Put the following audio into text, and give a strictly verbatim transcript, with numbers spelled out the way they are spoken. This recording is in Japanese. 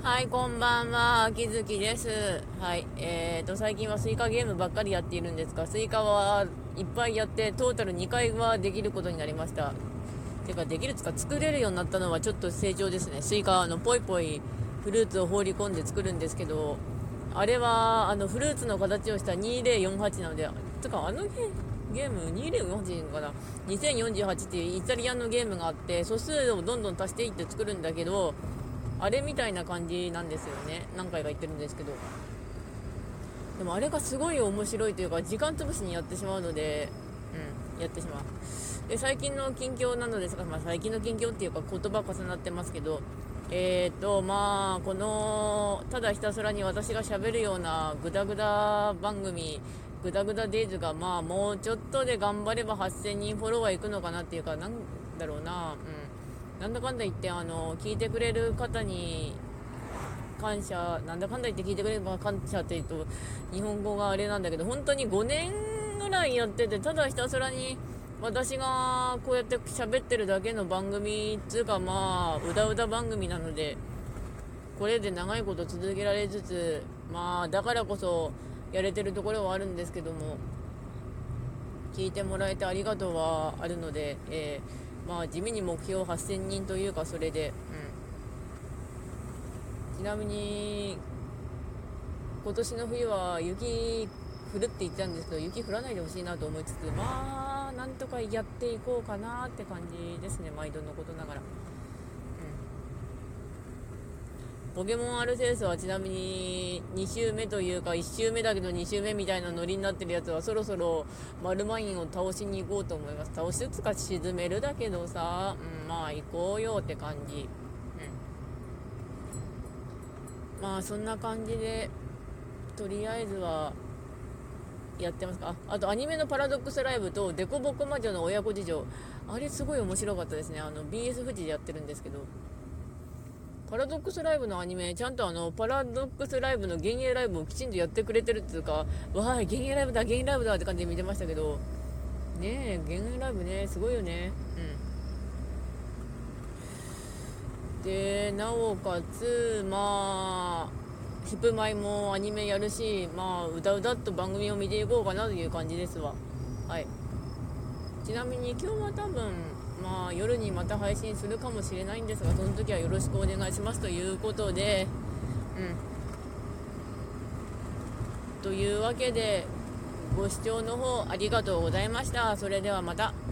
はい、こんばんは、秋月です。はい、えーと、最近はスイカゲームばっかりやっているんですが、スイカはいっぱいやって、トータルにかいはできることになりました。てか、できるつか、作れるようになったのはちょっと成長ですね。スイカ、あの、ぽいぽいフルーツを放り込んで作るんですけど、あれは、あの、フルーツの形をしたにせんよんじゅうはちなので、つか、あのゲゲームにせんよんじゅうはちかなにせんよんじゅうはちっていうイタリアのゲームがあって、素数をどんどん足していって作るんだけど、あれみたいな感じなんですよね。何回か言ってるんですけど、でもあれがすごい面白いというか時間潰しにやってしまうので、うん、やってしまう。で、最近の近況なのですが、まあ、最近の近況っていうか言葉重なってますけど、えーとまあこのただひたすらに私がしゃべるようなグダグダ番組、グダグダデイズが、まあもうちょっとで頑張ればはっせんにんフォロワーいくのかなっていうか、なんだろうな、うん、なんだかんだ言ってあの聞いてくれる方に感謝、なんだかんだ言って聞いてくれるか感謝って言うと日本語があれなんだけど、本当にごねんぐらいやってて、ただひたすらに私がこうやって喋ってるだけの番組っつうか、まあうだうだ番組なので、これで長いこと続けられつつ、まあだからこそやれてるところはあるんですけども、聞いてもらえてありがとうはあるので、えーまあ地味に目標はっせんにんというか、それで、うん、ちなみに今年の冬は雪降るって言ってたんですけど、雪降らないでほしいなと思いつつ、まあなんとかやっていこうかなって感じですね、毎度のことながら。ポケモンアルセウスはちなみにに周目というかいち周目だけどに周目みたいなノリになってるやつは、そろそろマルマインを倒しに行こうと思います。倒しつつか沈めるだけどさ、うん、まあ行こうよって感じ。うん、まあそんな感じでとりあえずはやってますか。あ、あとアニメのパラドックスライブとデコボコ魔女の親子事情、あれすごい面白かったですね。あの ビーエス 富士でやってるんですけど、パラドックスライブのアニメちゃんとあのパラドックスライブの幻影ライブをきちんとやってくれてるっていうか、わーい幻影ライブだ幻影ライブだって感じで見てましたけどね。え幻影ライブね、すごいよね。うんで、なおかつまあヒップマイもアニメやるし、まあうだうだっと番組を見ていこうかなという感じですわ。はい。ちなみに今日は多分まあ夜にまた配信するかもしれないんですが、その時はよろしくお願いしますということで、うんというわけでご視聴の方ありがとうございました。それではまた。